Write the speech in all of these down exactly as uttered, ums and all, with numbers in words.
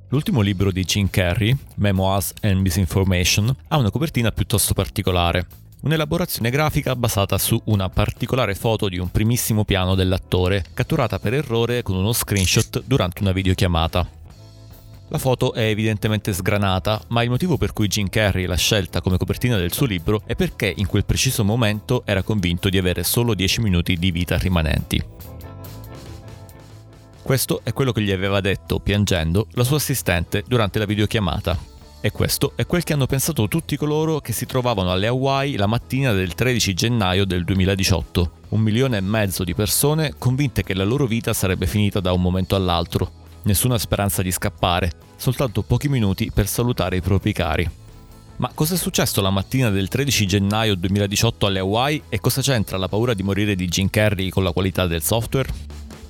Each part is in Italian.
L'ultimo libro di Jim Carrey, Memoirs and Misinformation, ha una copertina piuttosto particolare. Un'elaborazione grafica basata su una particolare foto di un primissimo piano dell'attore, catturata per errore con uno screenshot durante una videochiamata. La foto è evidentemente sgranata, ma il motivo per cui Jim Carrey l'ha scelta come copertina del suo libro è perché in quel preciso momento era convinto di avere solo dieci minuti di vita rimanenti. Questo è quello che gli aveva detto, piangendo, la sua assistente durante la videochiamata. E questo è quel che hanno pensato tutti coloro che si trovavano alle Hawaii la mattina del tredici gennaio del duemiladiciotto. Un milione e mezzo di persone convinte che la loro vita sarebbe finita da un momento all'altro. Nessuna speranza di scappare, soltanto pochi minuti per salutare i propri cari. Ma cosa è successo la mattina del tredici gennaio duemiladiciotto alle Hawaii e cosa c'entra la paura di morire di Jim Carrey con la qualità del software?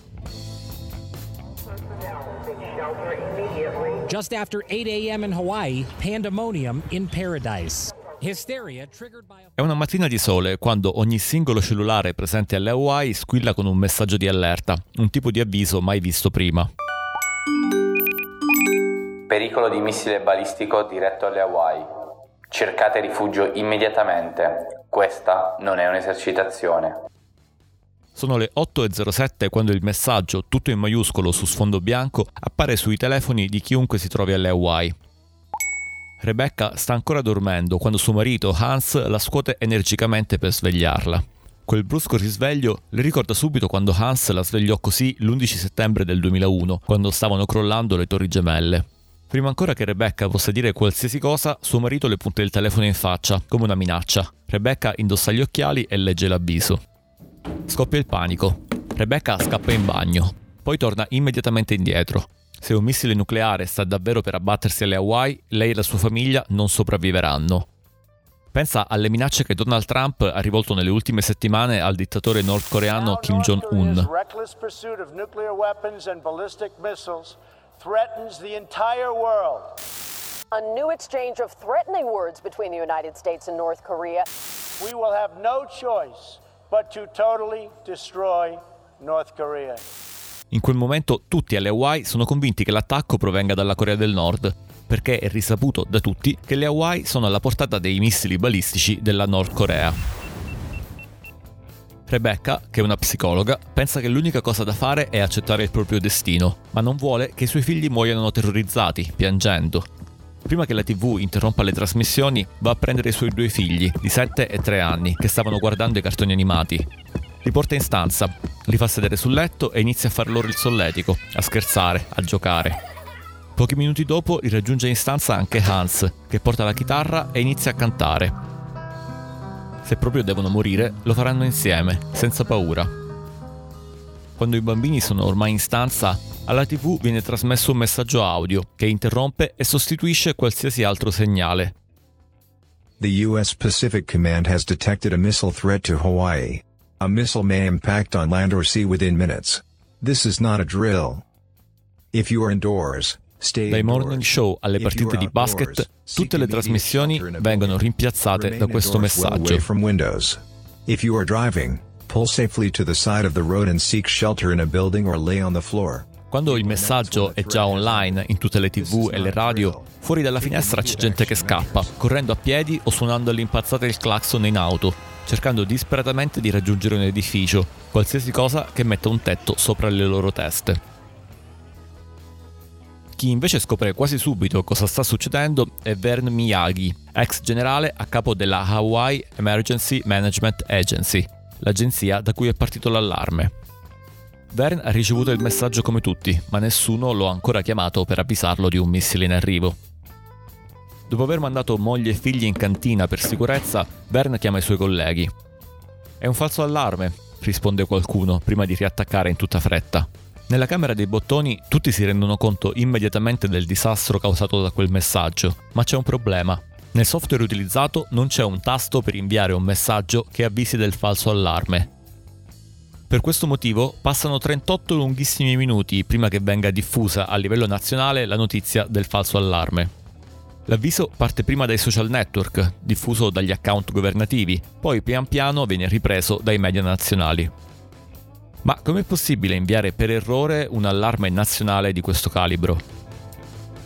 Just after eight a.m. in Hawaii, pandemonium in paradise. Hysteria triggered by a... È una mattina di sole quando ogni singolo cellulare presente alle Hawaii squilla con un messaggio di allerta, un tipo di avviso mai visto prima. Pericolo di missile balistico diretto alle Hawaii. Cercate rifugio immediatamente. Questa non è un'esercitazione. Sono le otto e zero sette quando il messaggio, tutto in maiuscolo su sfondo bianco, appare sui telefoni di chiunque si trovi alle Hawaii. Rebecca sta ancora dormendo quando suo marito Hans la scuote energicamente per svegliarla. Quel brusco risveglio le ricorda subito quando Hans la svegliò così l'undici settembre del duemilauno, quando stavano crollando le Torri Gemelle. Prima ancora che Rebecca possa dire qualsiasi cosa, suo marito le punta il telefono in faccia, come una minaccia. Rebecca indossa gli occhiali e legge l'avviso. Scoppia il panico. Rebecca scappa in bagno, poi torna immediatamente indietro. Se un missile nucleare sta davvero per abbattersi alle Hawaii, lei e la sua famiglia non sopravviveranno. Pensa alle minacce che Donald Trump ha rivolto nelle ultime settimane al dittatore nordcoreano Kim Jong-un. A new exchange of threatening words between the United States and North Korea. We will have no choice but to totally destroy North Korea. In quel momento tutti alle Hawaii sono convinti che l'attacco provenga dalla Corea del Nord, perché è risaputo da tutti che le Hawaii sono alla portata dei missili balistici della Nord Corea. Rebecca, che è una psicologa, pensa che l'unica cosa da fare è accettare il proprio destino, ma non vuole che i suoi figli muoiano terrorizzati, piangendo. Prima che la tivù interrompa le trasmissioni, va a prendere i suoi due figli, di sette e tre anni, che stavano guardando i cartoni animati. Li porta in stanza, li fa sedere sul letto e inizia a far loro il solletico, a scherzare, a giocare. Pochi minuti dopo li raggiunge in stanza anche Hans, che porta la chitarra e inizia a cantare. Se proprio devono morire, lo faranno insieme, senza paura. Quando i bambini sono ormai in stanza, alla tivù viene trasmesso un messaggio audio che interrompe e sostituisce qualsiasi altro segnale. The U S Pacific Command has detected a missile threat to Hawaii. A missile may impact on land or sea within minutes. This is not a drill. If you are indoors, stay Dai indoors. morning show alle partite di basket, tutte le trasmissioni vengono rimpiazzate da questo messaggio. From windows. If you are driving, pull safely to the side of the road and seek shelter in a building or lay on the floor. Quando il messaggio è già online in tutte le tivù e le radio, fuori dalla finestra c'è gente che scappa, correndo a piedi o suonando all'impazzata il clacson in auto, cercando disperatamente di raggiungere un edificio, qualsiasi cosa che metta un tetto sopra le loro teste. Chi invece scopre quasi subito cosa sta succedendo è Vern Miyagi, ex generale a capo della Hawaii Emergency Management Agency, l'agenzia da cui è partito l'allarme. Vern ha ricevuto il messaggio come tutti, ma nessuno lo ha ancora chiamato per avvisarlo di un missile in arrivo. Dopo aver mandato moglie e figli in cantina per sicurezza, Vern chiama i suoi colleghi. «È un falso allarme», risponde qualcuno, prima di riattaccare in tutta fretta. Nella camera dei bottoni tutti si rendono conto immediatamente del disastro causato da quel messaggio, ma c'è un problema. Nel software utilizzato non c'è un tasto per inviare un messaggio che avvisi del falso allarme. Per questo motivo passano trentotto lunghissimi minuti prima che venga diffusa a livello nazionale la notizia del falso allarme. L'avviso parte prima dai social network, diffuso dagli account governativi, poi pian piano viene ripreso dai media nazionali. Ma com'è possibile inviare per errore un allarme nazionale di questo calibro?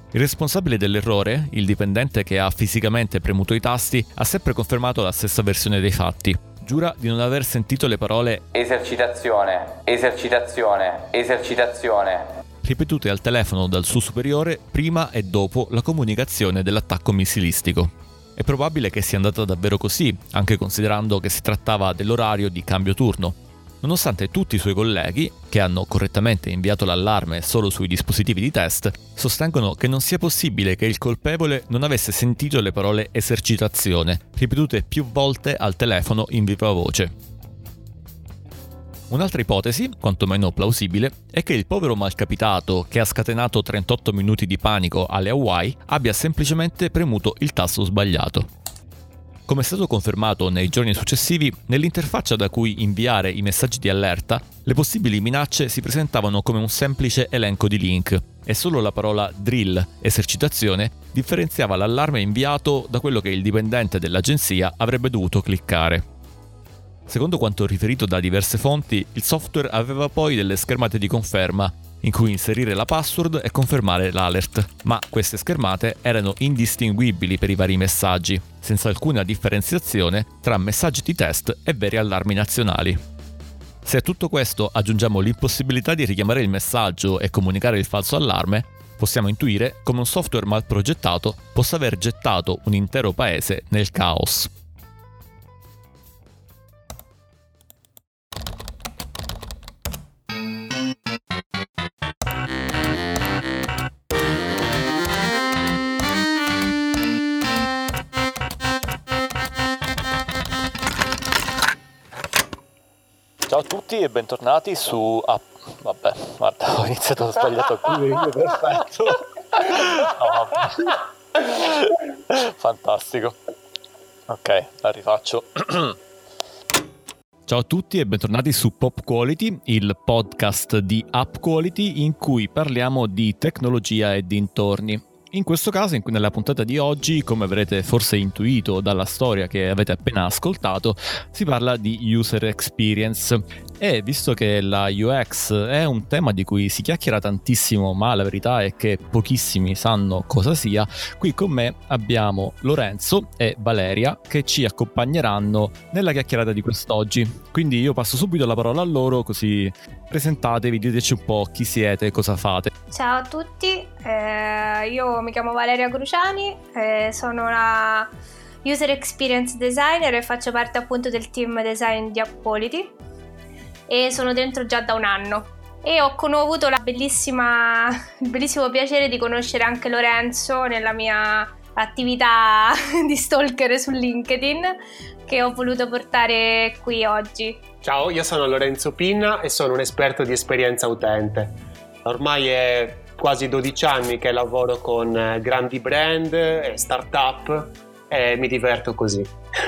Il responsabile dell'errore, il dipendente che ha fisicamente premuto i tasti, ha sempre confermato la stessa versione dei fatti. Giura di non aver sentito le parole esercitazione, esercitazione, esercitazione, ripetute al telefono dal suo superiore prima e dopo la comunicazione dell'attacco missilistico. È probabile che sia andata davvero così, anche considerando che si trattava dell'orario di cambio turno. Nonostante tutti i suoi colleghi, che hanno correttamente inviato l'allarme solo sui dispositivi di test, sostengono che non sia possibile che il colpevole non avesse sentito le parole esercitazione, ripetute più volte al telefono in viva voce. Un'altra ipotesi, quantomeno plausibile, è che il povero malcapitato che ha scatenato trentotto minuti di panico alle Hawaii abbia semplicemente premuto il tasto sbagliato. Come è stato confermato nei giorni successivi, nell'interfaccia da cui inviare i messaggi di allerta, le possibili minacce si presentavano come un semplice elenco di link e solo la parola drill, esercitazione, differenziava l'allarme inviato da quello che il dipendente dell'agenzia avrebbe dovuto cliccare. Secondo quanto riferito da diverse fonti, il software aveva poi delle schermate di conferma, in cui inserire la password e confermare l'alert, ma queste schermate erano indistinguibili per i vari messaggi, senza alcuna differenziazione tra messaggi di test e veri allarmi nazionali. Se a tutto questo aggiungiamo l'impossibilità di richiamare il messaggio e comunicare il falso allarme, possiamo intuire come un software mal progettato possa aver gettato un intero paese nel caos. Ciao a tutti e bentornati su App. Vabbè, guarda, ho iniziato ho sbagliato qui, perfetto. No, vabbè. Fantastico. Ok, la rifaccio. Ciao a tutti e bentornati su Pop Quality, il podcast di App Quality in cui parliamo di tecnologia e dintorni. In questo caso, nella puntata di oggi, come avrete forse intuito dalla storia che avete appena ascoltato, si parla di user experience. E visto che la U X è un tema di cui si chiacchiera tantissimo, ma la verità è che pochissimi sanno cosa sia, qui con me abbiamo Lorenzo e Valeria che ci accompagneranno nella chiacchierata di quest'oggi. Quindi io passo subito la parola a loro, così presentatevi, diteci un po' chi siete e cosa fate. Ciao a tutti, eh, io mi chiamo Valeria Cruciani, eh, sono una User Experience Designer e faccio parte appunto del team design di App Quality e sono dentro già da un anno e ho, con- ho avuto la bellissima, il bellissimo piacere di conoscere anche Lorenzo nella mia attività di stalker su LinkedIn che ho voluto portare qui oggi. Ciao, io sono Lorenzo Pinna e sono un esperto di esperienza utente. Ormai è quasi dodici anni che lavoro con grandi brand e startup e mi diverto così.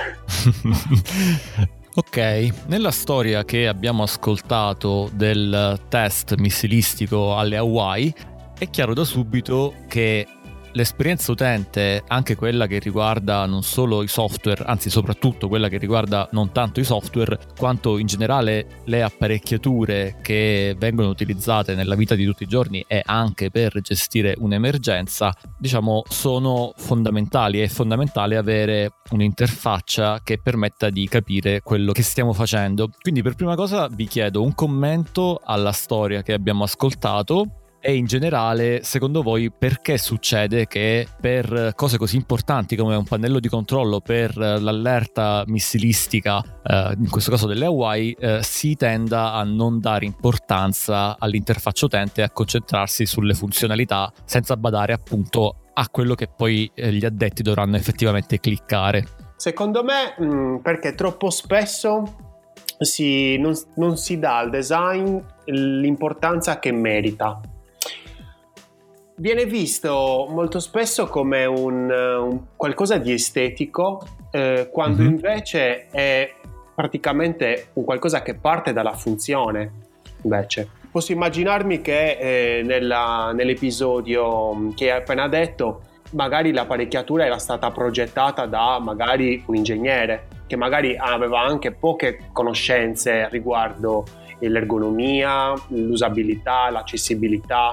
Ok, nella storia che abbiamo ascoltato del test missilistico alle Hawaii è chiaro da subito che l'esperienza utente, anche quella che riguarda non solo i software, anzi soprattutto quella che riguarda non tanto i software, quanto in generale le apparecchiature che vengono utilizzate nella vita di tutti i giorni e anche per gestire un'emergenza, diciamo, sono fondamentali. È fondamentale avere un'interfaccia che permetta di capire quello che stiamo facendo. Quindi per prima cosa vi chiedo un commento alla storia che abbiamo ascoltato. E in generale, secondo voi, perché succede che per cose così importanti come un pannello di controllo per l'allerta missilistica, eh, in questo caso delle Hawaii, eh, si tenda a non dare importanza all'interfaccia utente e a concentrarsi sulle funzionalità senza badare appunto a quello che poi eh, gli addetti dovranno effettivamente cliccare? Secondo me mh, perché troppo spesso si, non, non si dà al design l'importanza che merita. Viene visto molto spesso come un, un qualcosa di estetico, eh, quando mm-hmm. invece è praticamente un qualcosa che parte dalla funzione. Invece posso immaginarmi che eh, nella, nell'episodio che hai appena detto, magari l'apparecchiatura era stata progettata da magari un ingegnere che magari aveva anche poche conoscenze riguardo l'ergonomia, l'usabilità, l'accessibilità.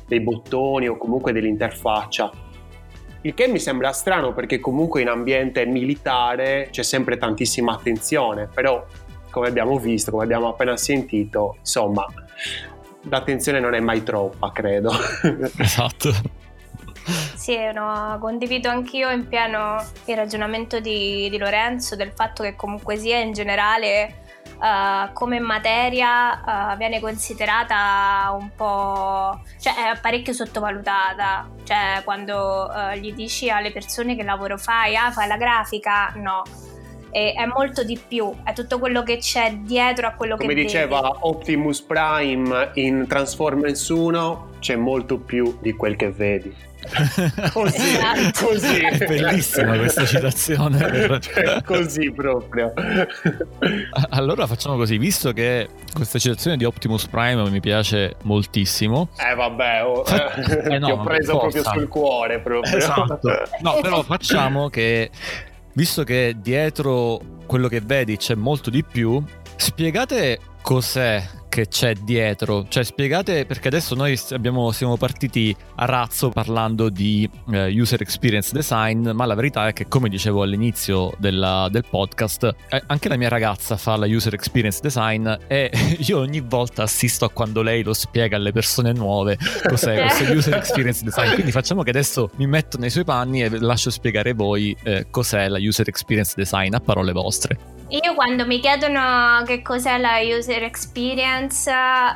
dei bottoni o comunque dell'interfaccia. Il che mi sembra strano perché comunque in ambiente militare c'è sempre tantissima attenzione, però come abbiamo visto, come abbiamo appena sentito, insomma, l'attenzione non è mai troppa, credo. Esatto. Sì, no, condivido anch'io in pieno il ragionamento di, di Lorenzo, del fatto che comunque sia in generale uh, come materia uh, viene considerata un po', cioè è parecchio sottovalutata, cioè quando uh, gli dici alle persone che lavoro fai, ah fai la grafica, no. E è molto di più, è tutto quello che c'è dietro a quello come che vedi. Come diceva Optimus Prime in Transformers uno, c'è molto più di quel che vedi. Così, Esatto. così. È bellissima questa citazione. Cioè, così proprio. Allora facciamo così, visto che questa citazione di Optimus Prime mi piace moltissimo. Eh vabbè, oh, eh, eh no, ti ho preso forza. proprio sul cuore proprio. Esatto. No, però facciamo che, visto che dietro quello che vedi c'è molto di più, spiegate cos'è che c'è dietro, cioè spiegate, perché adesso noi abbiamo, siamo partiti a razzo parlando di eh, user experience design, ma la verità è che, come dicevo all'inizio della, del podcast, eh, anche la mia ragazza fa la user experience design e io ogni volta assisto a quando lei lo spiega alle persone nuove cos'è questo user experience design, quindi facciamo che adesso mi metto nei suoi panni e lascio spiegare voi eh, cos'è la user experience design a parole vostre. Io quando mi chiedono che cos'è la user experience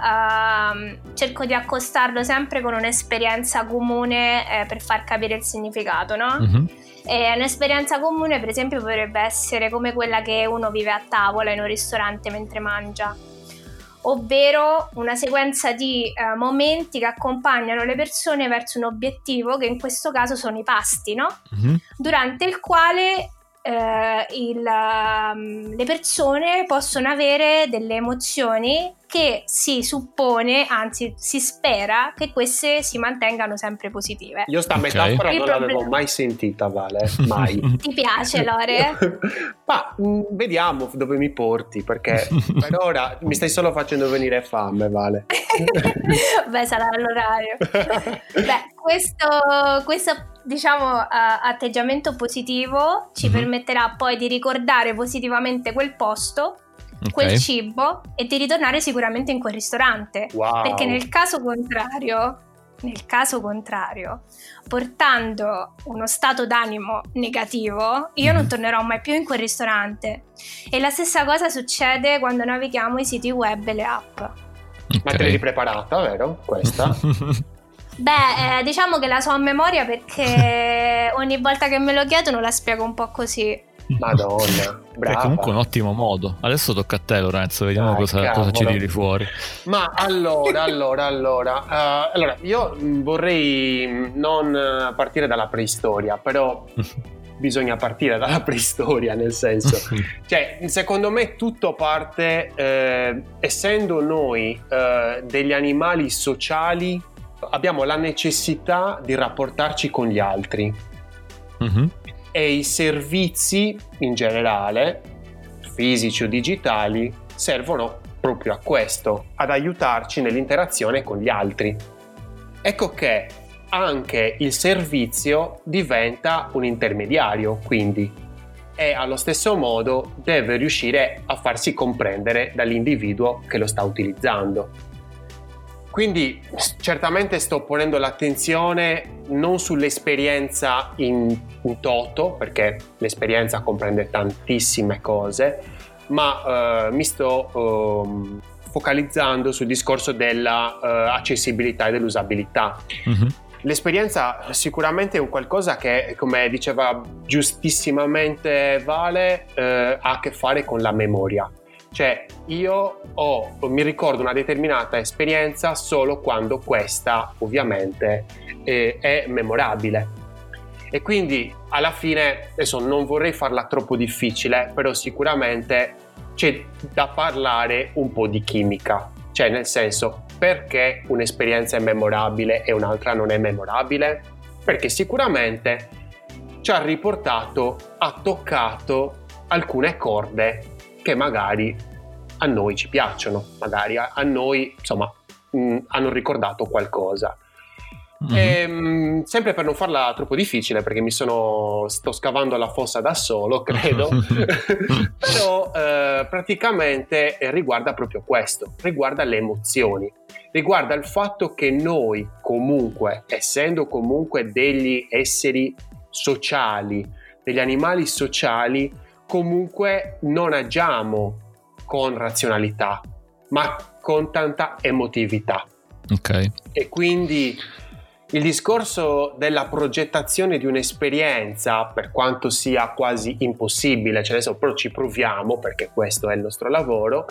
uh, cerco di accostarlo sempre con un'esperienza comune eh, per far capire il significato, no? Mm-hmm. E un'esperienza comune per esempio potrebbe essere come quella che uno vive a tavola in un ristorante mentre mangia, ovvero una sequenza di uh, momenti che accompagnano le persone verso un obiettivo, che in questo caso sono i pasti, no? Mm-hmm. Durante il quale Uh, il, uh, le persone possono avere delle emozioni che si suppone, anzi si spera che queste si mantengano sempre positive. Io sta okay. metafora il non problem- l'avevo mai sentita, Vale, mai. Ti piace, Lore? Ma mh, vediamo dove mi porti, perché per ora mi stai solo facendo venire fame, Vale. Beh, sarà l'orario. Beh, questo, questo diciamo uh, atteggiamento positivo ci mm-hmm. permetterà poi di ricordare positivamente quel posto, okay. quel cibo, e di ritornare sicuramente in quel ristorante. Wow. Perché nel caso contrario, nel caso contrario, portando uno stato d'animo negativo, io mm-hmm. non tornerò mai più in quel ristorante. E la stessa cosa succede quando navighiamo i siti web e le app. Okay. Ma te l'hai preparata, vero? Questa? Beh, eh, diciamo che la so a memoria perché ogni volta che me lo chiedono la spiego un po' così. Madonna, brava. È comunque un ottimo modo. Adesso tocca a te, Lorenzo, vediamo Dai, cosa, cosa ci tiri fuori. Ma allora, allora, allora uh, Allora, io vorrei non partire dalla preistoria, però bisogna partire dalla preistoria, nel senso, cioè, secondo me tutto parte, eh, essendo noi eh, degli animali sociali, abbiamo la necessità di rapportarci con gli altri. Mm-hmm. E i servizi in generale, fisici o digitali, servono proprio a questo, ad aiutarci nell'interazione con gli altri. Ecco che anche il servizio diventa un intermediario, quindi, e allo stesso modo deve riuscire a farsi comprendere dall'individuo che lo sta utilizzando. Quindi certamente sto ponendo l'attenzione non sull'esperienza in, in toto, perché l'esperienza comprende tantissime cose, ma eh, mi sto eh, focalizzando sul discorso della eh, accessibilità e dell'usabilità. Mm-hmm. L'esperienza sicuramente è un qualcosa che, come diceva giustissimamente Vale, eh, ha a che fare con la memoria. Cioè, io ho, mi ricordo una determinata esperienza solo quando questa ovviamente eh, è memorabile. E quindi alla fine, adesso non vorrei farla troppo difficile, però sicuramente c'è da parlare un po' di chimica. Cioè, nel senso, perché un'esperienza è memorabile e un'altra non è memorabile? Perché sicuramente ci ha riportato, ha toccato alcune corde che magari a noi ci piacciono, magari a, a noi, insomma, mh, hanno ricordato qualcosa. Mm-hmm. E, sempre per non farla troppo difficile, perché mi sono sto scavando la fossa da solo, credo. Però eh, praticamente riguarda proprio questo, riguarda le emozioni, riguarda il fatto che noi comunque, essendo comunque degli esseri sociali, degli animali sociali, comunque non agiamo con razionalità, ma con tanta emotività. Ok. E quindi il discorso della progettazione di un'esperienza, per quanto sia quasi impossibile, cioè adesso però ci proviamo perché questo è il nostro lavoro,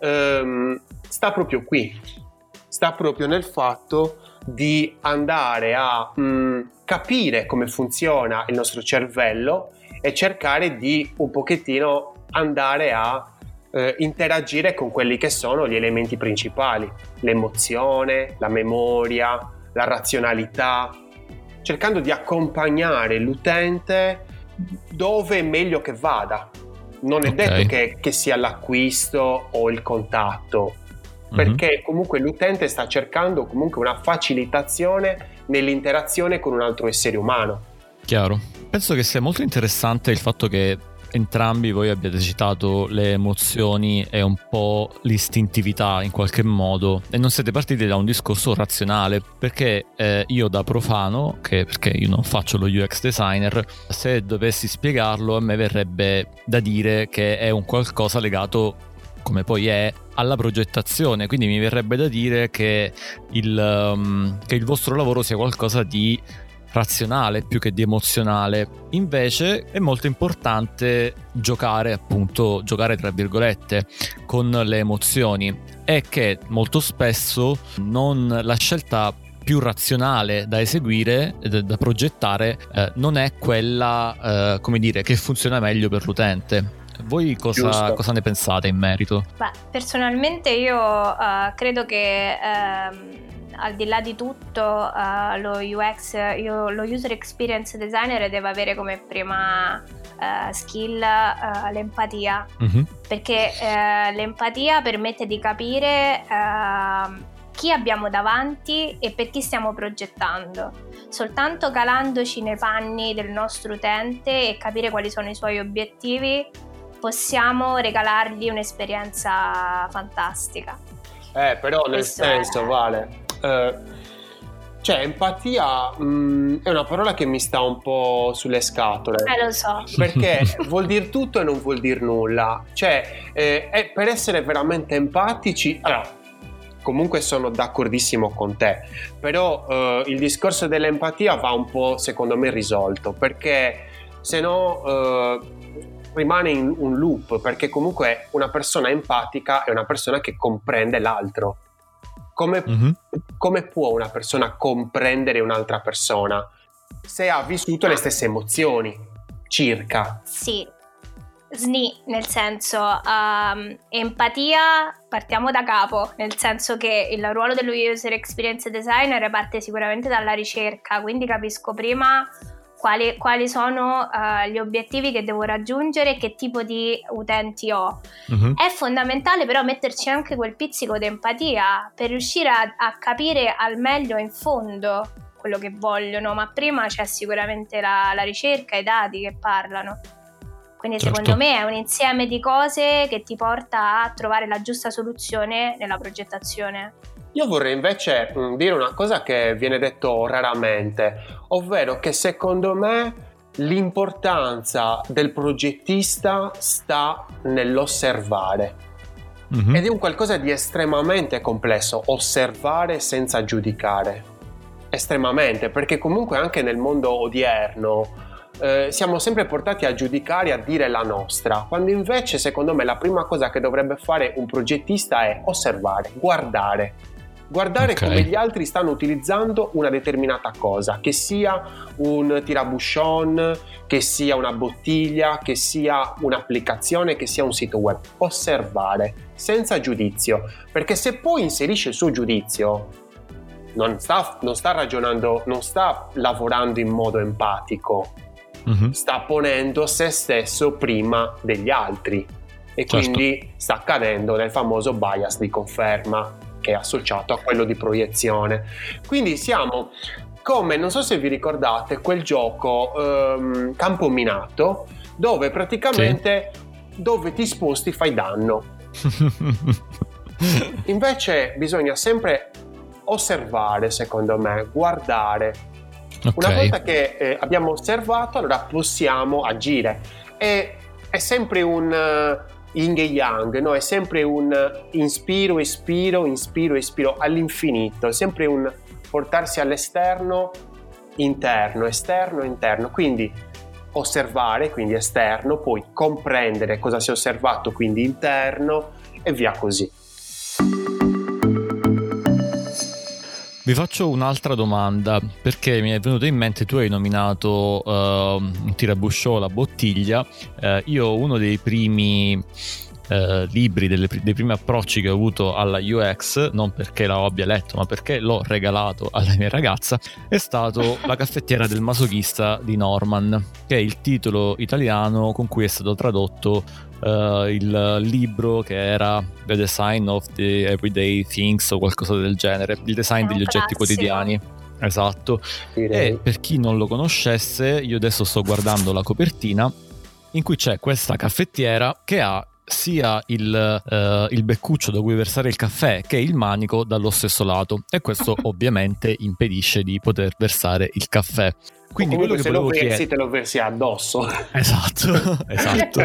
ehm, sta proprio qui, sta proprio nel fatto di andare a mh, capire come funziona il nostro cervello e cercare di un pochettino andare a eh, interagire con quelli che sono gli elementi principali, l'emozione, la memoria, la razionalità, cercando di accompagnare l'utente dove è meglio che vada. Non è Okay. detto che, che sia l'acquisto o il contatto, perché comunque l'utente sta cercando comunque una facilitazione nell'interazione con un altro essere umano. Chiaro. Penso che sia molto interessante il fatto che entrambi voi abbiate citato le emozioni e un po' l'istintività in qualche modo, e non siete partiti da un discorso razionale, perché eh, io da profano, che perché io non faccio lo U X designer, se dovessi spiegarlo a me verrebbe da dire che è un qualcosa legato, come poi è, alla progettazione, quindi mi verrebbe da dire che il, um, che il vostro lavoro sia qualcosa di razionale più che di emozionale. Invece è molto importante giocare, appunto, giocare tra virgolette con le emozioni, e che molto spesso non la scelta più razionale da eseguire, da progettare, eh, non è quella, eh, come dire, che funziona meglio per l'utente. Voi cosa, cosa ne pensate in merito? Beh, personalmente io uh, credo che ehm, al di là di tutto uh, lo U X, io, lo User Experience Designer deve avere come prima uh, skill uh, l'empatia, mm-hmm. perché uh, l'empatia permette di capire uh, chi abbiamo davanti e per chi stiamo progettando. Soltanto calandoci nei panni del nostro utente e capire quali sono i suoi obiettivi possiamo regalargli un'esperienza fantastica. Eh, però nel Questo senso, è... Vale, eh, cioè empatia mh, è una parola che mi sta un po' sulle scatole. Eh, lo so. Perché vuol dire tutto e non vuol dire nulla. Cioè, eh, è per essere veramente empatici, allora, comunque sono d'accordissimo con te, però eh, il discorso dell'empatia va un po', secondo me, risolto, perché se no... Eh, rimane in un loop, perché comunque una persona empatica è una persona che comprende l'altro. Come, mm-hmm. come può una persona comprendere un'altra persona se ha vissuto le stesse emozioni circa? Sì, sni, nel senso um, empatia, partiamo da capo, nel senso che il ruolo dello User Experience Designer parte sicuramente dalla ricerca, quindi capisco prima Quali, quali sono uh, gli obiettivi che devo raggiungere e che tipo di utenti ho. Uh-huh. È fondamentale però metterci anche quel pizzico di empatia per riuscire a, a capire al meglio in fondo quello che vogliono, ma prima c'è sicuramente la, la ricerca, i dati che parlano. Quindi certo. Secondo me è un insieme di cose che ti porta a trovare la giusta soluzione nella progettazione. Io vorrei invece mh, dire una cosa che viene detto raramente, ovvero che secondo me l'importanza del progettista sta nell'osservare. Mm-hmm. Ed è un qualcosa di estremamente complesso, osservare senza giudicare. Estremamente, perché comunque anche nel mondo odierno eh, siamo sempre portati a giudicare e a dire la nostra, quando invece secondo me la prima cosa che dovrebbe fare un progettista è osservare, guardare. Guardare okay. come gli altri stanno utilizzando una determinata cosa, che sia un tirabuchon, che sia una bottiglia, che sia un'applicazione, che sia un sito web. Osservare, senza giudizio, perché se poi inserisce il suo giudizio, non sta, non sta ragionando, non sta lavorando in modo empatico, mm-hmm. sta ponendo se stesso prima degli altri e certo. quindi sta cadendo nel famoso bias di conferma, che è associato a quello di proiezione. Quindi siamo come, non so se vi ricordate, quel gioco ehm, Campo Minato, dove praticamente sì. dove ti sposti fai danno. Invece bisogna sempre osservare, secondo me, guardare. Okay. Una volta che eh, abbiamo osservato, allora possiamo agire. E, è sempre un uh, yin e yang, no? È sempre un inspiro, espiro, inspiro, espiro all'infinito. È sempre un portarsi all'esterno, interno, esterno, interno. Quindi osservare, quindi esterno, poi comprendere cosa si è osservato, quindi interno, e via così. Vi faccio un'altra domanda, perché mi è venuto in mente, tu hai nominato uh, un tirabusciò, la bottiglia. Uh, io uno dei primi uh, libri, delle, dei primi approcci che ho avuto alla U X, non perché la abbia letto, ma perché l'ho regalato alla mia ragazza, è stato La caffettiera del masochista di Norman, che è il titolo italiano con cui è stato tradotto Uh, il libro che era The Design of the Everyday Things o qualcosa del genere, il design degli oggetti quotidiani. Esatto. Direi. E per chi non lo conoscesse, io adesso sto guardando la copertina in cui c'è questa caffettiera che ha sia il, uh, il beccuccio da cui versare il caffè che il manico dallo stesso lato, e questo ovviamente impedisce di poter versare il caffè. Quindi quello che se volevo lo versi chiedere... te lo versi addosso. Esatto, esatto.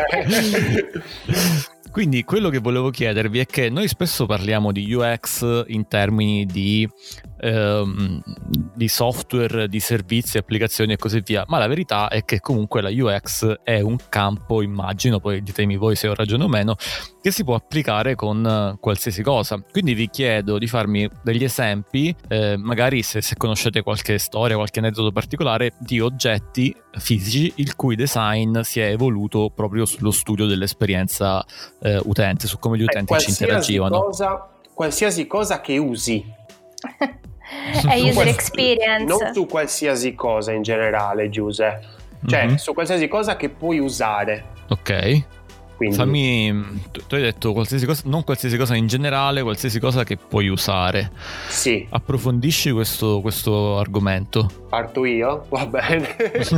Quindi quello che volevo chiedervi è che noi spesso parliamo di U X in termini di, ehm, di software, di servizi, applicazioni e così via, ma la verità è che comunque la U X è un campo, immagino, poi ditemi voi se ho ragione o meno, che si può applicare con qualsiasi cosa. Quindi vi chiedo di farmi degli esempi, eh, magari se, se conoscete qualche storia, qualche aneddoto particolare di oggetti fisici il cui design si è evoluto proprio sullo studio dell'esperienza eh, utente, su come gli utenti Beh, ci interagivano. Cosa, qualsiasi cosa che usi. È user experience. Non su qualsiasi cosa in generale, Giuseppe. Cioè, mm-hmm. su qualsiasi cosa che puoi usare. Ok. Quindi... Fammi, tu, tu hai detto qualsiasi cosa, non qualsiasi cosa in generale, qualsiasi cosa che puoi usare. Sì. Approfondisci questo, questo argomento. Parto io? Va bene.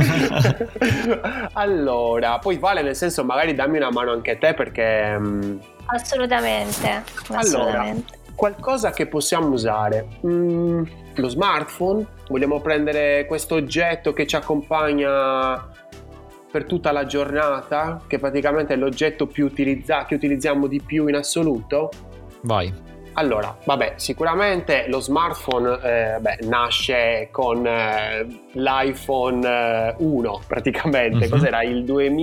Allora, poi vale nel senso, magari dammi una mano anche te perché... Assolutamente. Assolutamente. Allora, qualcosa che possiamo usare. Mm, lo smartphone. Vogliamo prendere questo oggetto che ci accompagna per tutta la giornata, che praticamente è l'oggetto più utilizzato, che utilizziamo di più in assoluto? Vai. Allora, vabbè, sicuramente lo smartphone eh, beh, nasce con eh, l'iPhone eh, uno praticamente. Mm-hmm. Cos'era? Il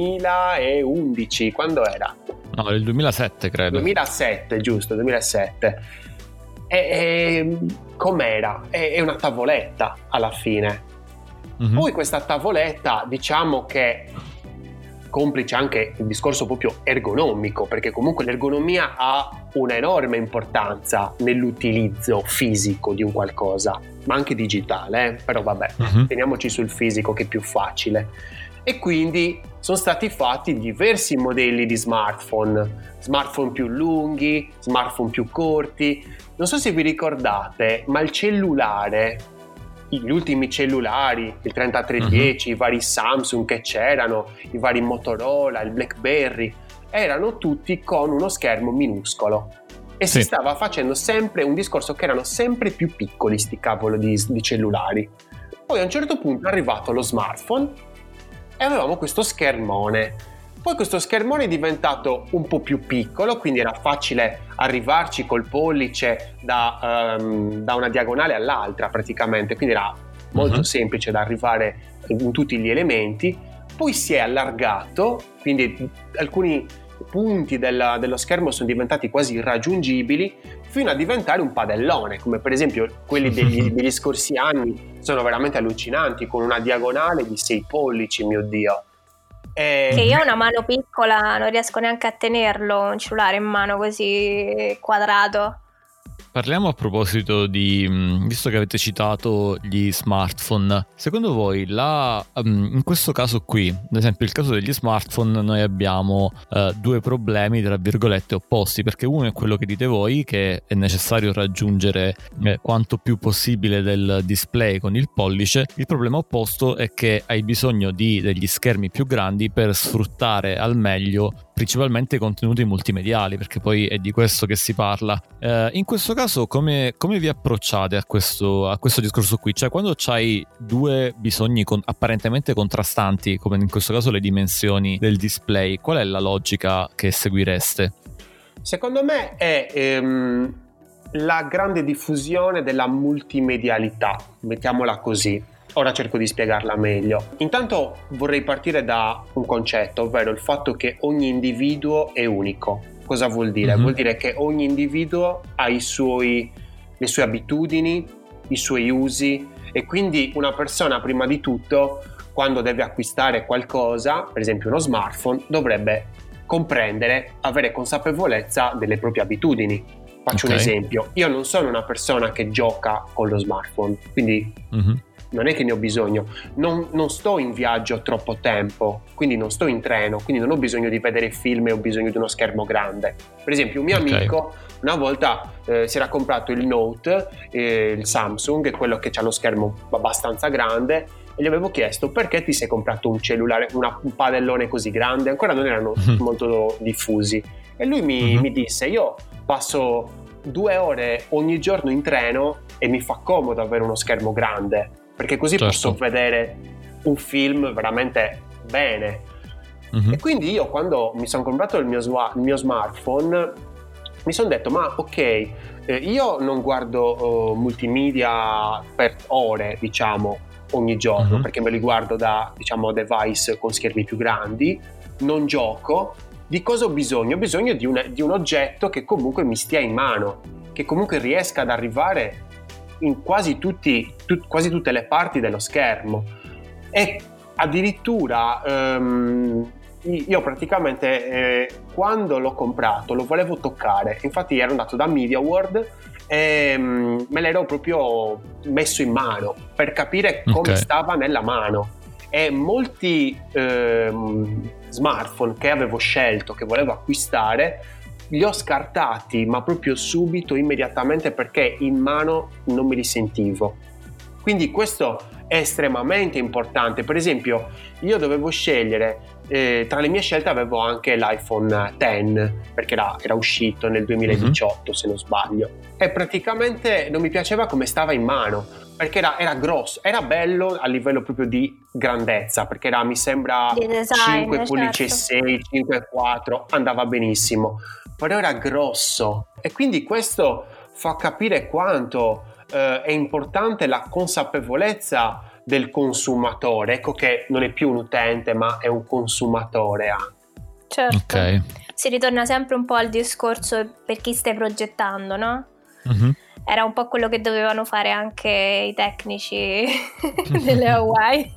duemilaundici, quando era? No, il duemilasette credo. duemilasette, giusto, duemilasette. E, e com'era? È, è una tavoletta alla fine. Mm-hmm. Poi questa tavoletta, diciamo che complice anche il discorso proprio ergonomico, perché comunque l'ergonomia ha una enorme importanza nell'utilizzo fisico di un qualcosa, ma anche digitale, eh? Però vabbè, uh-huh. teniamoci sul fisico che è più facile. E quindi sono stati fatti diversi modelli di smartphone, smartphone più lunghi, smartphone più corti. Non so se vi ricordate, ma il cellulare, gli ultimi cellulari, il trentatré dieci, uh-huh. i vari Samsung che c'erano, i vari Motorola, il BlackBerry, erano tutti con uno schermo minuscolo e sì. si stava facendo sempre un discorso che erano sempre più piccoli sti cavolo di, di cellulari. Poi a un certo punto è arrivato lo smartphone e avevamo questo schermone. Poi questo schermone è diventato un po' più piccolo, quindi era facile arrivarci col pollice da, um, da una diagonale all'altra praticamente, quindi era molto uh-huh. semplice da arrivare in tutti gli elementi. Poi si è allargato, quindi alcuni punti della, dello schermo sono diventati quasi irraggiungibili, fino a diventare un padellone, come per esempio quelli degli, degli scorsi anni sono veramente allucinanti, con una diagonale di sei pollici, mio Dio. E... che io ho una mano piccola, non riesco neanche a tenerlo un cellulare in mano così quadrato. Parliamo a proposito di, visto che avete citato gli smartphone, secondo voi la, in questo caso qui, ad esempio il caso degli smartphone, noi abbiamo uh, due problemi tra virgolette opposti, perché uno è quello che dite voi, che è necessario raggiungere eh, quanto più possibile del display con il pollice. Il problema opposto è che hai bisogno di degli schermi più grandi per sfruttare al meglio principalmente i contenuti multimediali, perché poi è di questo che si parla. Eh, in questo caso come, come vi approcciate a questo, a questo discorso qui? Cioè, quando c'hai due bisogni con, apparentemente contrastanti, come in questo caso le dimensioni del display, qual è la logica che seguireste? Secondo me è ehm, la grande diffusione della multimedialità, mettiamola così. Ora cerco di spiegarla meglio. Intanto vorrei partire da un concetto, ovvero il fatto che ogni individuo è unico. Cosa vuol dire? Mm-hmm. Vuol dire che ogni individuo ha i suoi, le sue abitudini, i suoi usi, e quindi una persona prima di tutto, quando deve acquistare qualcosa, per esempio uno smartphone, dovrebbe comprendere, avere consapevolezza delle proprie abitudini. Faccio okay. un esempio. Io non sono una persona che gioca con lo smartphone, quindi mm-hmm. non è che ne ho bisogno, non, non sto in viaggio troppo tempo, quindi non sto in treno, quindi non ho bisogno di vedere film e ho bisogno di uno schermo grande. Per esempio un mio okay. amico una volta eh, si era comprato il Note, eh, il Samsung, quello che ha lo schermo abbastanza grande, e gli avevo chiesto: perché ti sei comprato un cellulare, una, un padellone così grande? Ancora non erano mm-hmm. molto diffusi, e lui mi, mm-hmm. mi disse: io passo due ore ogni giorno in treno e mi fa comodo avere uno schermo grande, perché così certo. posso vedere un film veramente bene. Mm-hmm. E quindi io, quando mi sono comprato il mio, swa- il mio smartphone, mi sono detto: ma ok, eh, io non guardo uh, multimedia per ore, diciamo, ogni giorno, mm-hmm. perché me li guardo da, diciamo, device con schermi più grandi, non gioco. Di cosa ho bisogno? Ho bisogno di un, di un oggetto che comunque mi stia in mano, che comunque riesca ad arrivare in quasi tutti, tut, quasi tutte le parti dello schermo. E addirittura um, io praticamente eh, quando l'ho comprato lo volevo toccare, infatti ero andato da MediaWorld e um, me l'ero proprio messo in mano per capire come okay. stava nella mano. E molti ehm, smartphone che avevo scelto, che volevo acquistare, li ho scartati, ma proprio subito, immediatamente, perché in mano non me li sentivo. Quindi questo è estremamente importante. Per esempio, io dovevo scegliere, eh, tra le mie scelte avevo anche l'iPhone X, perché era, era uscito nel duemiladiciotto, mm-hmm. se non sbaglio, e praticamente non mi piaceva come stava in mano, perché era, era grosso, era bello a livello proprio di grandezza, perché era, mi sembra, design, cinque pollici e sei, cinque e quattro, andava benissimo, però era grosso, e quindi questo fa capire quanto eh, è importante la consapevolezza del consumatore. Ecco che non è più un utente, ma è un consumatore anche. Certo, okay. Si ritorna sempre un po' al discorso per chi stai progettando, no? Mm-hmm. Era un po' quello che dovevano fare anche i tecnici delle Hawaii.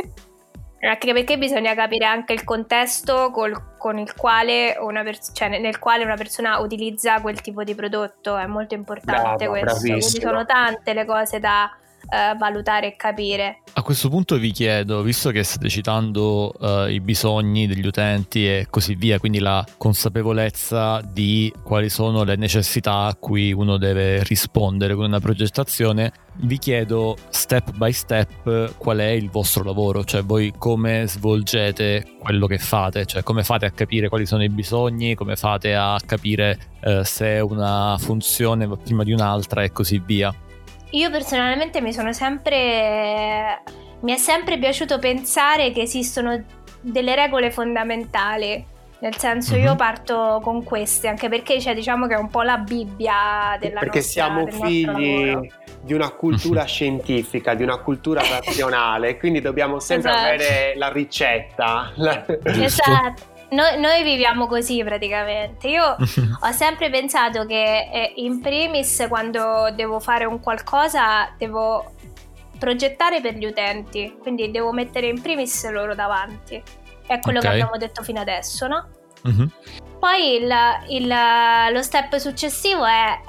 Anche perché bisogna capire anche il contesto col, con il quale una pers- cioè nel quale una persona utilizza quel tipo di prodotto. È molto importante. Brava, questo. Quindi sono tante le cose da uh, valutare e capire. A questo punto vi chiedo, visto che state citando uh, i bisogni degli utenti e così via, quindi la consapevolezza di quali sono le necessità a cui uno deve rispondere con una progettazione, vi chiedo step by step qual è il vostro lavoro, cioè voi come svolgete quello che fate, cioè come fate a capire quali sono i bisogni, come fate a capire uh, se una funzione va prima di un'altra e così via. Io personalmente mi sono sempre mi è sempre piaciuto pensare che esistono delle regole fondamentali, nel senso mm-hmm. io parto con queste, anche perché cioè, diciamo che è un po' la Bibbia della perché nostra, siamo del figli di una cultura scientifica, di una cultura razionale, quindi dobbiamo sempre esatto. avere la ricetta. Esatto. Noi, noi viviamo così praticamente. Io ho sempre pensato che eh, in primis, quando devo fare un qualcosa, devo progettare per gli utenti, quindi devo mettere in primis loro davanti. È quello okay. che abbiamo detto fino adesso, no? Mm-hmm. Poi il, il, lo step successivo è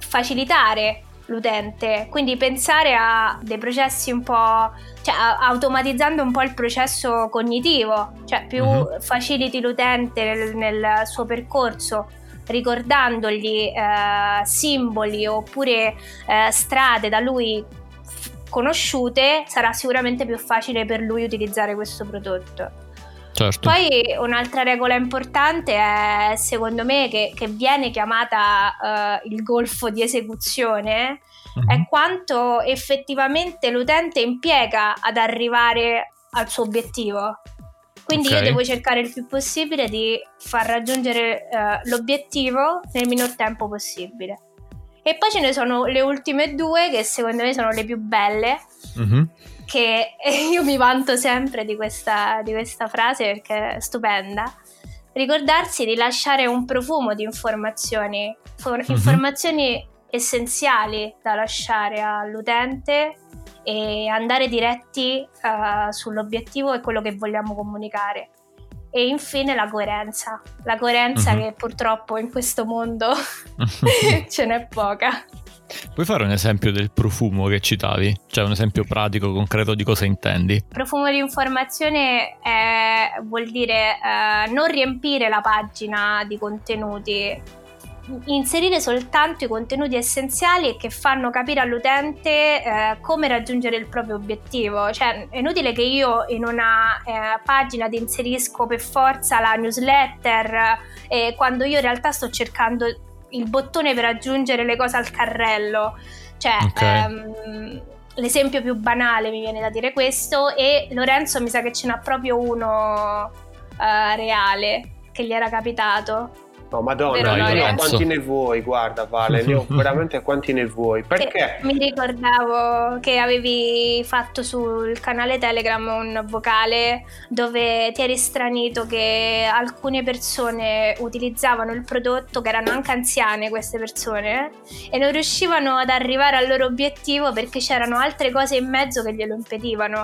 facilitare l'utente, quindi pensare a dei processi un po', cioè automatizzando un po' il processo cognitivo, cioè più mm-hmm. faciliti l'utente nel, nel suo percorso, ricordandogli eh, simboli oppure eh, strade da lui conosciute, sarà sicuramente più facile per lui utilizzare questo prodotto. Certo. Poi un'altra regola importante è, secondo me, che, che viene chiamata uh, il golfo di esecuzione, mm-hmm. è quanto effettivamente l'utente impiega ad arrivare al suo obiettivo. Quindi okay. io devo cercare il più possibile di far raggiungere uh, l'obiettivo nel minor tempo possibile. E poi ce ne sono le ultime due che secondo me sono le più belle, mm-hmm. che io mi vanto sempre di questa, di questa frase perché è stupenda. Ricordarsi di lasciare un profumo di informazioni, for- mm-hmm. informazioni essenziali da lasciare all'utente e andare diretti uh, sull'obietivo e quello che vogliamo comunicare. E infine la coerenza, la coerenza mm-hmm. che purtroppo in questo mondo ce n'è poca. Puoi fare un esempio del profumo che citavi? Cioè un esempio pratico, concreto di cosa intendi? Profumo di informazione è, vuol dire eh, non riempire la pagina di contenuti, inserire soltanto i contenuti essenziali e che fanno capire all'utente eh, come raggiungere il proprio obiettivo. Cioè è inutile che io in una eh, pagina ti inserisco per forza la newsletter eh, quando io in realtà sto cercando il bottone per aggiungere le cose al carrello. Cioè okay. ehm, l'esempio più banale mi viene da dire questo, e Lorenzo mi sa che ce n'ha proprio uno uh, reale che gli era capitato. No, madonna, io ne ho quanti ne vuoi, guarda Vale, ne ho veramente quanti ne vuoi. Perché? Mi ricordavo che avevi fatto sul canale Telegram un vocale dove ti eri stranito che alcune persone utilizzavano il prodotto, che erano anche anziane queste persone, e non riuscivano ad arrivare al loro obiettivo perché c'erano altre cose in mezzo che glielo impedivano.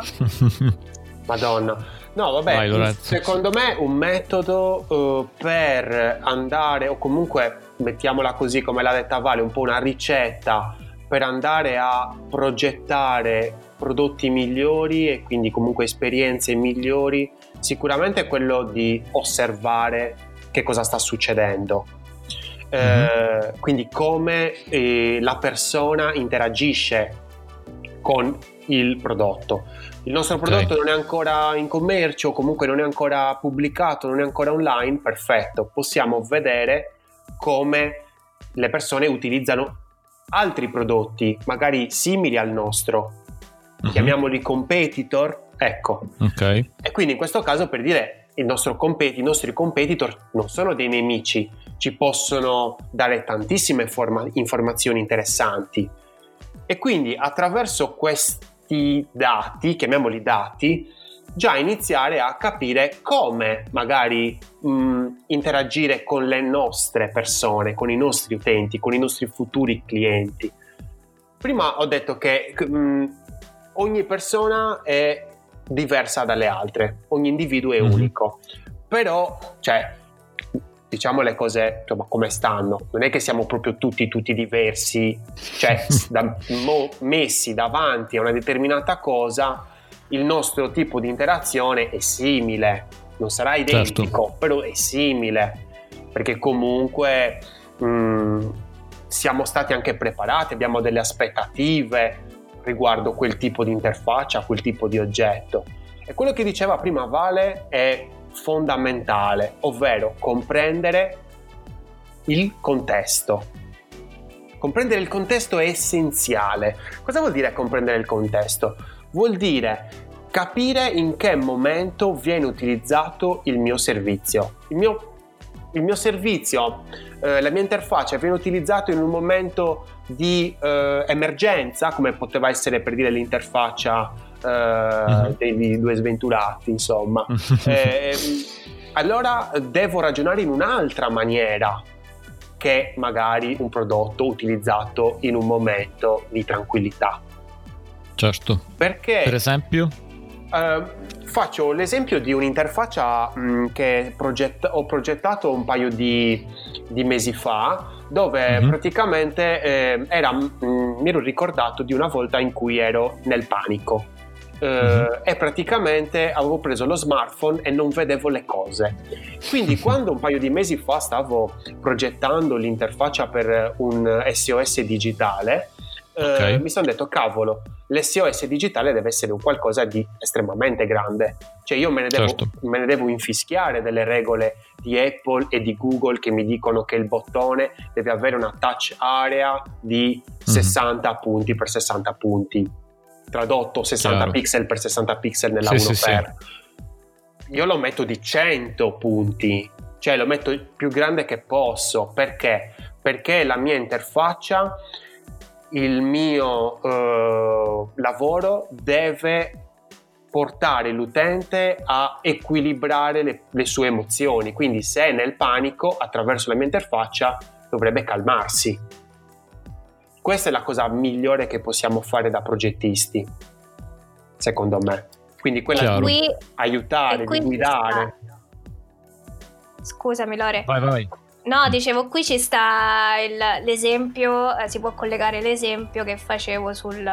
Madonna. No, vabbè, Vai, secondo me un metodo uh, per andare, o comunque mettiamola così come l'ha detta Vale, un po' una ricetta per andare a progettare prodotti migliori e quindi comunque esperienze migliori, sicuramente è quello di osservare che cosa sta succedendo. Mm-hmm. Eh, quindi come eh, la persona interagisce con il prodotto. Il nostro prodotto okay. non è ancora in commercio, comunque non è ancora pubblicato, non è ancora online, perfetto. Possiamo vedere come le persone utilizzano altri prodotti, magari simili al nostro. Mm-hmm. Chiamiamoli competitor, ecco. Okay. E quindi in questo caso, per dire, il nostro compet- i nostri competitor non sono dei nemici, ci possono dare tantissime forma- informazioni interessanti. E quindi attraverso questi dati, chiamiamoli dati, già iniziare a capire come magari mh, interagire con le nostre persone, con i nostri utenti, con i nostri futuri clienti. Prima ho detto che mh, ogni persona è diversa dalle altre, ogni individuo è mm-hmm. unico, però cioè diciamo le cose insomma, come stanno, non è che siamo proprio tutti tutti diversi, cioè da, mo, messi davanti a una determinata cosa il nostro tipo di interazione è simile, non sarà identico, certo. però è simile, perché comunque mh, siamo stati anche preparati, abbiamo delle aspettative riguardo quel tipo di interfaccia, quel tipo di oggetto. E quello che diceva prima Vale è fondamentale, ovvero comprendere il contesto. Comprendere il contesto è essenziale. Cosa vuol dire comprendere il contesto? Vuol dire capire in che momento viene utilizzato il mio servizio. Il mio, il mio servizio, eh, la mia interfaccia viene utilizzato in un momento di eh, emergenza, come poteva essere per dire l'interfaccia Uh, uh-huh. dei due sventurati, insomma. eh, allora devo ragionare in un'altra maniera che magari un prodotto utilizzato in un momento di tranquillità. Certo. Perché? Per esempio? Uh, faccio l'esempio di un'interfaccia mh, che progett- ho progettato un paio di, di mesi fa dove Mm-hmm. praticamente eh, era, mh, mi ero ricordato di una volta in cui ero nel panico. Uh, mm-hmm. E praticamente avevo preso lo smartphone e non vedevo le cose. Quindi quando un paio di mesi fa stavo progettando l'interfaccia per un S O S digitale, okay. uh, mi sono detto cavolo, l'S O S digitale deve essere un qualcosa di estremamente grande, cioè io me ne devo, certo. me ne devo infischiare delle regole di Apple e di Google che mi dicono che il bottone deve avere una touch area di sessanta mm-hmm. punti per sessanta punti, tradotto sessanta Chiaro. Pixel per sessanta pixel nella sì, uno sì, per sì. Io lo metto di cento punti, cioè lo metto il più grande che posso. Perché? Perché la mia interfaccia, il mio eh, lavoro deve portare l'utente a equilibrare le, le sue emozioni, quindi se è nel panico, attraverso la mia interfaccia dovrebbe calmarsi. Questa è la cosa migliore che possiamo fare da progettisti, secondo me. Quindi quella qui, di aiutare, di guidare. Sta... Scusami Lore. Vai, vai. No, dicevo, qui ci sta il, l'esempio, eh, si può collegare l'esempio che facevo sul,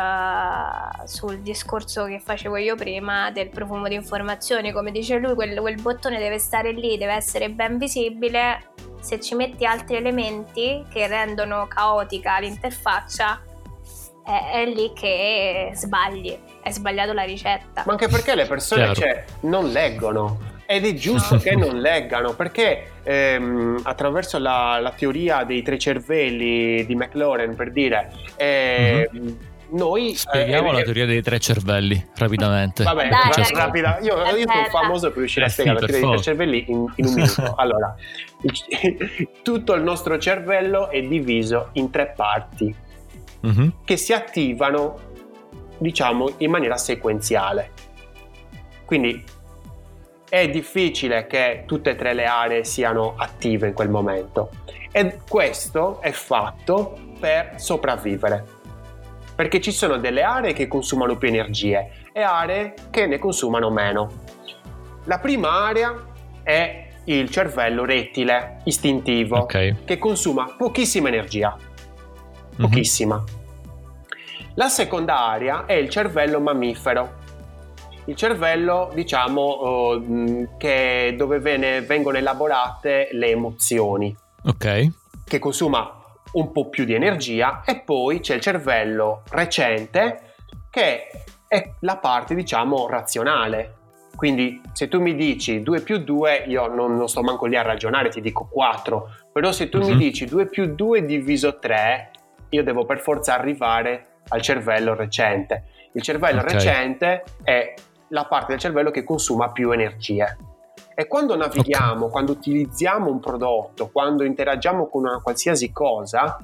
sul discorso che facevo io prima del profumo di informazioni. Come dice lui, quel, quel bottone deve stare lì, deve essere ben visibile. Se ci metti altri elementi che rendono caotica l'interfaccia, è, è lì che sbagli, è sbagliato la ricetta. Ma anche perché le persone cioè, non leggono. Ed è giusto che non leggano, perché ehm, attraverso la, la teoria dei tre cervelli di McLaurin, per dire, eh, mm-hmm. noi spieghiamo eh, la teoria dei tre cervelli rapidamente. Vabbè, dai, dai, rapida. Io, io sono famoso per riuscire eh, a spiegare sì, la teoria dei tre cervelli in, in un minuto. Allora, il, tutto il nostro cervello è diviso in tre parti mm-hmm. che si attivano, diciamo, in maniera sequenziale. Quindi è difficile che tutte e tre le aree siano attive in quel momento, e questo è fatto per sopravvivere, perché ci sono delle aree che consumano più energie e aree che ne consumano meno. La prima area è il cervello rettile istintivo, okay. che consuma pochissima energia, pochissima. Mm-hmm. La seconda area è il cervello mammifero. Il cervello, diciamo, uh, che dove vene, vengono elaborate le emozioni, ok, che consuma un po' più di energia. E poi c'è il cervello recente, che è la parte, diciamo, razionale. Quindi se tu mi dici due più due, io non, non sto manco lì a ragionare, ti dico quattro. Però se tu mm-hmm. mi dici due più due diviso tre, io devo per forza arrivare al cervello recente. Il cervello okay. recente è la parte del cervello che consuma più energie. E quando navighiamo, okay. quando utilizziamo un prodotto, quando interagiamo con una qualsiasi cosa,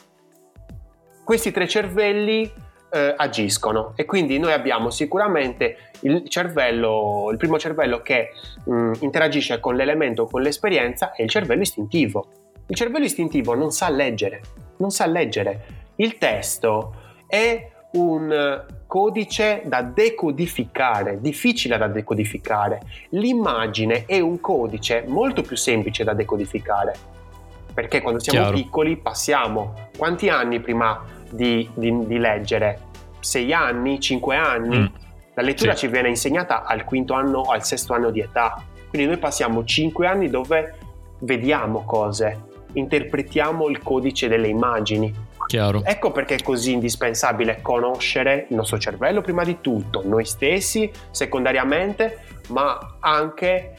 questi tre cervelli eh, agiscono. E quindi noi abbiamo sicuramente il cervello, il primo cervello che mh, interagisce con l'elemento, con l'esperienza, è il cervello istintivo. Il cervello istintivo non sa leggere, non sa leggere. Il testo è un codice da decodificare, difficile da decodificare. L'immagine è un codice molto più semplice da decodificare, perché quando siamo Chiaro. piccoli passiamo quanti anni prima di, di, di leggere? Sei anni? Cinque anni? Mm. La lettura sì. ci viene insegnata al quinto anno o al sesto anno di età, quindi noi passiamo cinque anni dove vediamo cose, interpretiamo il codice delle immagini. Chiaro. Ecco perché è così indispensabile conoscere il nostro cervello prima di tutto, noi stessi secondariamente, ma anche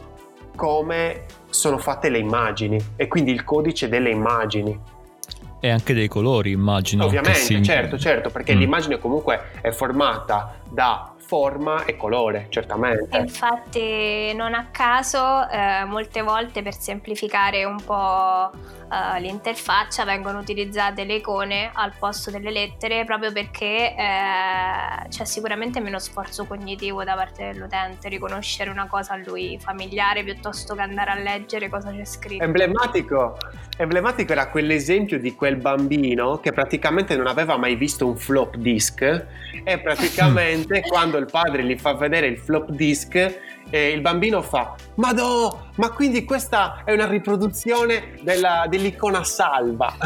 come sono fatte le immagini e quindi il codice delle immagini. E anche dei colori, immagino. Ovviamente, si... certo, certo, perché mm. l'immagine comunque è formata da forma e colore, certamente. Infatti non a caso eh, molte volte per semplificare un po' eh, l'interfaccia vengono utilizzate le icone al posto delle lettere, proprio perché eh, c'è sicuramente meno sforzo cognitivo da parte dell'utente riconoscere una cosa a lui familiare piuttosto che andare a leggere cosa c'è scritto. Emblematico, emblematico era quell'esempio di quel bambino che praticamente non aveva mai visto un flop disk e praticamente quando il padre gli fa vedere il flop disk e il bambino fa: Madò, ma quindi questa è una riproduzione della, dell'icona salva.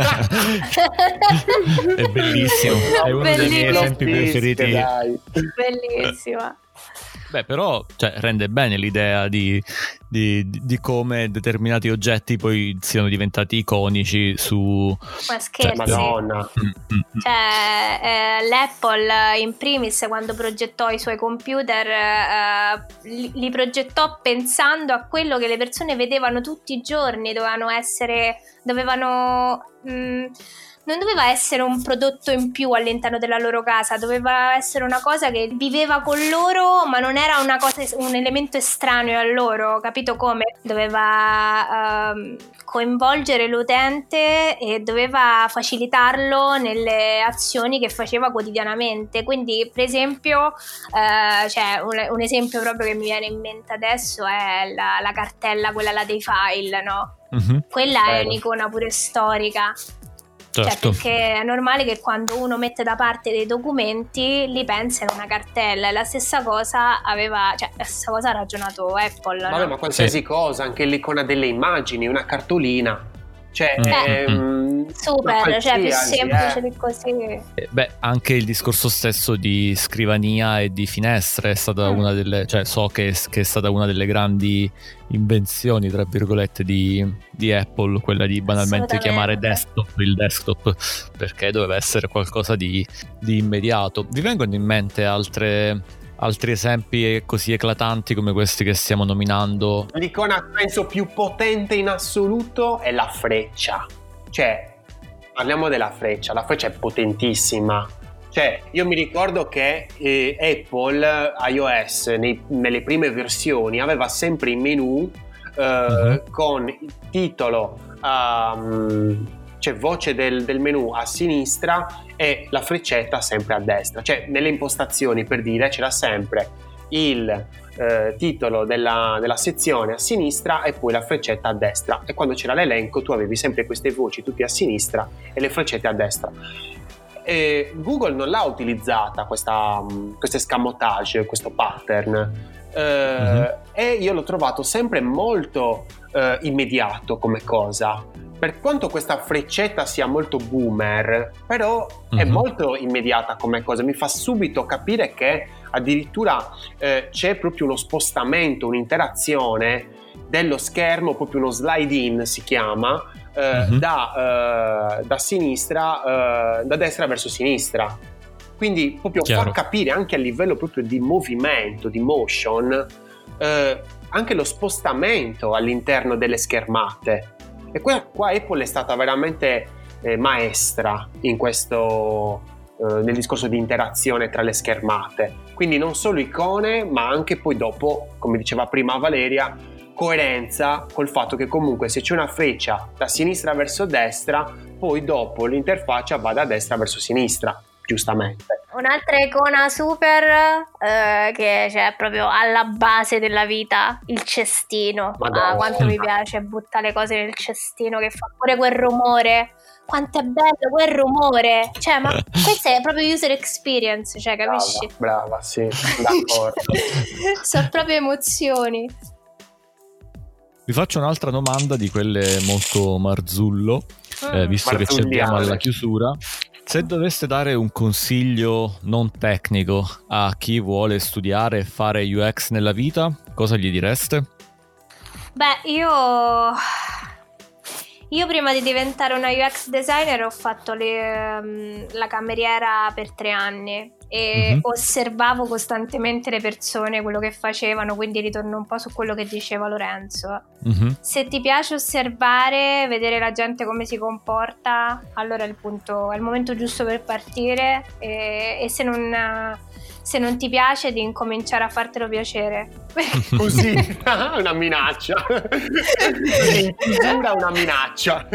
È bellissimo, è uno dei miei esempi preferiti. Dai. Bellissima. Beh, però cioè, rende bene l'idea di, di, di come determinati oggetti poi siano diventati iconici su... Ma scherzi. Cioè, Madonna. Cioè, eh, l'Apple in primis, quando progettò i suoi computer, eh, li, li progettò pensando a quello che le persone vedevano tutti i giorni. Dovevano essere... dovevano... Mh, non doveva essere un prodotto in più all'interno della loro casa, doveva essere una cosa che viveva con loro, ma non era una cosa, un elemento estraneo a loro, capito come? Doveva uh, coinvolgere l'utente e doveva facilitarlo nelle azioni che faceva quotidianamente. Quindi, per esempio, uh, cioè, un, un esempio proprio che mi viene in mente adesso è la, la cartella, quella là dei file, no? Mm-hmm. Quella Vero. È un'icona pure storica. Certo. Cioè, perché è normale che quando uno mette da parte dei documenti li pensa in una cartella, e la stessa cosa aveva, cioè la stessa cosa ha ragionato Apple. Vabbè, no? Ma qualsiasi sì. cosa, anche l'icona delle immagini, una cartolina. Cioè, eh, ehm, super, cioè più semplice eh. di così. Eh, beh, anche il discorso stesso di scrivania e di finestre è stata mm. una delle, cioè so che, che è stata una delle grandi invenzioni, tra virgolette, di, di Apple, quella di banalmente chiamare desktop il desktop, perché doveva essere qualcosa di, di immediato. Vi vengono in mente altre... altri esempi così eclatanti come questi che stiamo nominando? L'icona penso più potente in assoluto è la freccia. Cioè, parliamo della freccia. La freccia è potentissima. Cioè, io mi ricordo che eh, Apple iOS nei, nelle prime versioni aveva sempre i menu eh, uh-huh. con il titolo, um, cioè voce del, del menu a sinistra e la freccetta sempre a destra. Cioè, nelle impostazioni, per dire, c'era sempre il eh, titolo della, della sezione a sinistra e poi la freccetta a destra, e quando c'era l'elenco tu avevi sempre queste voci tutte a sinistra e le freccette a destra. E Google non l'ha utilizzata questa, questo escamotage, questo pattern, eh, mm-hmm. e io l'ho trovato sempre molto eh, immediato come cosa. Per quanto questa freccetta sia molto boomer, però mm-hmm. è molto immediata come cosa, mi fa subito capire che addirittura eh, c'è proprio uno spostamento, un'interazione dello schermo, proprio uno slide in si chiama, eh, mm-hmm. da, eh, da sinistra, eh, da destra verso sinistra. Quindi proprio Chiaro. Fa capire anche a livello proprio di movimento, di motion, eh, anche lo spostamento all'interno delle schermate. E qua, qua Apple è stata veramente eh, maestra in questo, eh, nel discorso di interazione tra le schermate. Quindi non solo icone, ma anche poi dopo, come diceva prima Valeria, coerenza col fatto che comunque se c'è una freccia da sinistra verso destra, poi dopo l'interfaccia va da destra verso sinistra, giustamente. Un'altra icona super eh, che c'è proprio alla base della vita, il cestino. Madonna. Ah, quanto mi piace buttare le cose nel cestino, che fa pure quel rumore. Quanto è bello quel rumore. Cioè, ma questa è proprio user experience, cioè, capisci? Brava, brava, sì, d'accordo. Sono proprio emozioni. Vi faccio un'altra domanda di quelle molto marzullo, mm. eh, visto che ci abbiamo alla chiusura. Se doveste dare un consiglio non tecnico a chi vuole studiare e fare U X nella vita, cosa gli direste? Beh, io... Io prima di diventare una U X designer ho fatto le, la cameriera per tre anni e mm-hmm. osservavo costantemente le persone, quello che facevano, quindi ritorno un po' su quello che diceva Lorenzo. Mm-hmm. Se ti piace osservare, vedere la gente come si comporta, allora è il punto, è il momento giusto per partire, e, e se non... se non ti piace, di incominciare a fartelo piacere. Così, una minaccia. In chiusura una minaccia.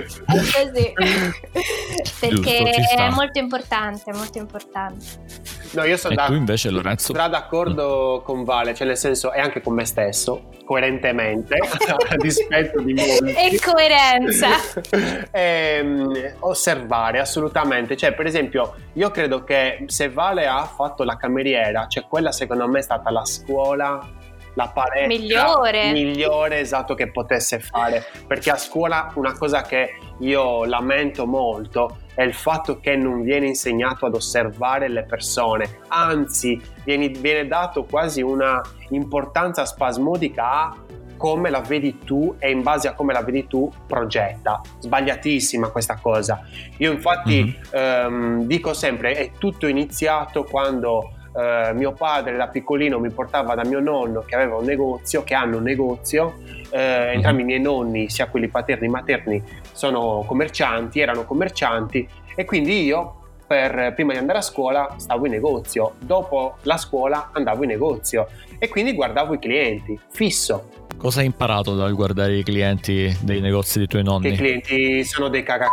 Così. Perché Giusto, è molto importante, molto importante. No, io sono e da- tu invece, Lorenzo? Sono d'accordo mm. con Vale, cioè nel senso, e anche con me stesso, coerentemente, a dispetto di molti. E coerenza. e, osservare, assolutamente. Cioè, per esempio, io credo che se Vale ha fatto la cameriera, cioè quella secondo me è stata la scuola, la palestra migliore migliore esatto che potesse fare, perché a scuola una cosa che io lamento molto è il fatto che non viene insegnato ad osservare le persone, anzi viene, viene dato quasi una importanza spasmodica a come la vedi tu e in base a come la vedi tu progetta. Sbagliatissima questa cosa. Io infatti mm-hmm. ehm, dico sempre, è tutto iniziato quando Uh, mio padre da piccolino mi portava da mio nonno che aveva un negozio, che hanno un negozio, uh, entrambi i miei nonni, sia quelli paterni che materni, sono commercianti, erano commercianti, e quindi io per, prima di andare a scuola stavo in negozio, dopo la scuola andavo in negozio e quindi guardavo i clienti, fisso. Cosa hai imparato dal guardare i clienti dei negozi dei tuoi nonni? Che i clienti sono dei caga.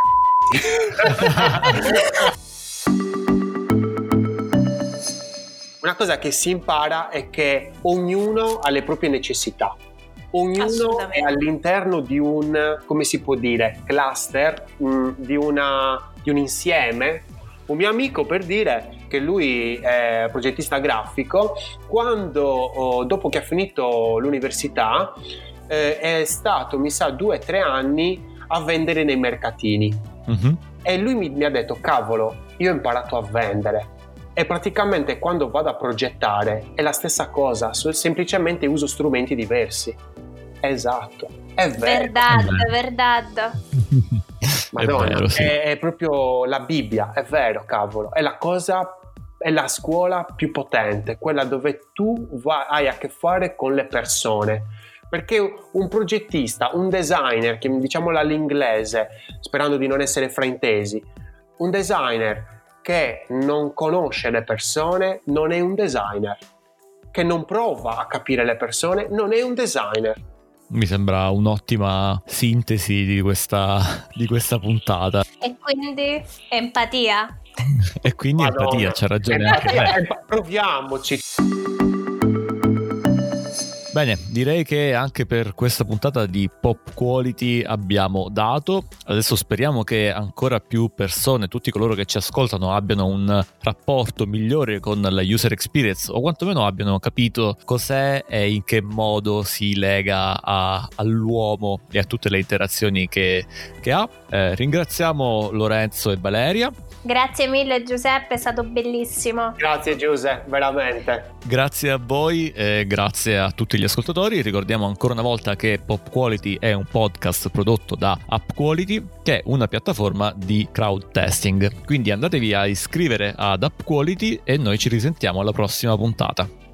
Una cosa che si impara è che ognuno ha le proprie necessità, ognuno è all'interno di un, come si può dire, cluster, mh, di, una, di un insieme. Un mio amico, per dire che lui è progettista grafico, quando oh, dopo che ha finito l'università eh, è stato, mi sa, due o tre anni a vendere nei mercatini. Mm-hmm. E lui mi, mi ha detto, cavolo, io ho imparato a vendere. E praticamente quando vado a progettare è la stessa cosa, semplicemente uso strumenti diversi. Esatto, è vero. Verdad, verdad. Madonna, è, vero, sì. è, è proprio la Bibbia, è vero, cavolo. È la cosa, è la scuola più potente, quella dove tu vai, hai a che fare con le persone. Perché un progettista, un designer, che diciamolo all'inglese, sperando di non essere fraintesi, un designer che non conosce le persone non è un designer, che non prova a capire le persone non è un designer. Mi sembra un'ottima sintesi di questa, di questa puntata. E quindi empatia. E quindi Madonna. empatia, c'ha ragione empatia, anche te. Proviamoci. Bene, direi che anche per questa puntata di Pop Quality abbiamo dato. Adesso speriamo che ancora più persone, tutti coloro che ci ascoltano, abbiano un rapporto migliore con la user experience, o quantomeno abbiano capito cos'è e in che modo si lega a, all'uomo e a tutte le interazioni che, che ha. Eh, ringraziamo Lorenzo e Valeria. Grazie mille Giuseppe, è stato bellissimo. Grazie Giuseppe, veramente. Grazie a voi e grazie a tutti gli ascoltatori. Ricordiamo ancora una volta che Pop Quality è un podcast prodotto da App Quality, che è una piattaforma di crowd testing. Quindi andatevi a iscrivere ad App Quality e noi ci risentiamo alla prossima puntata.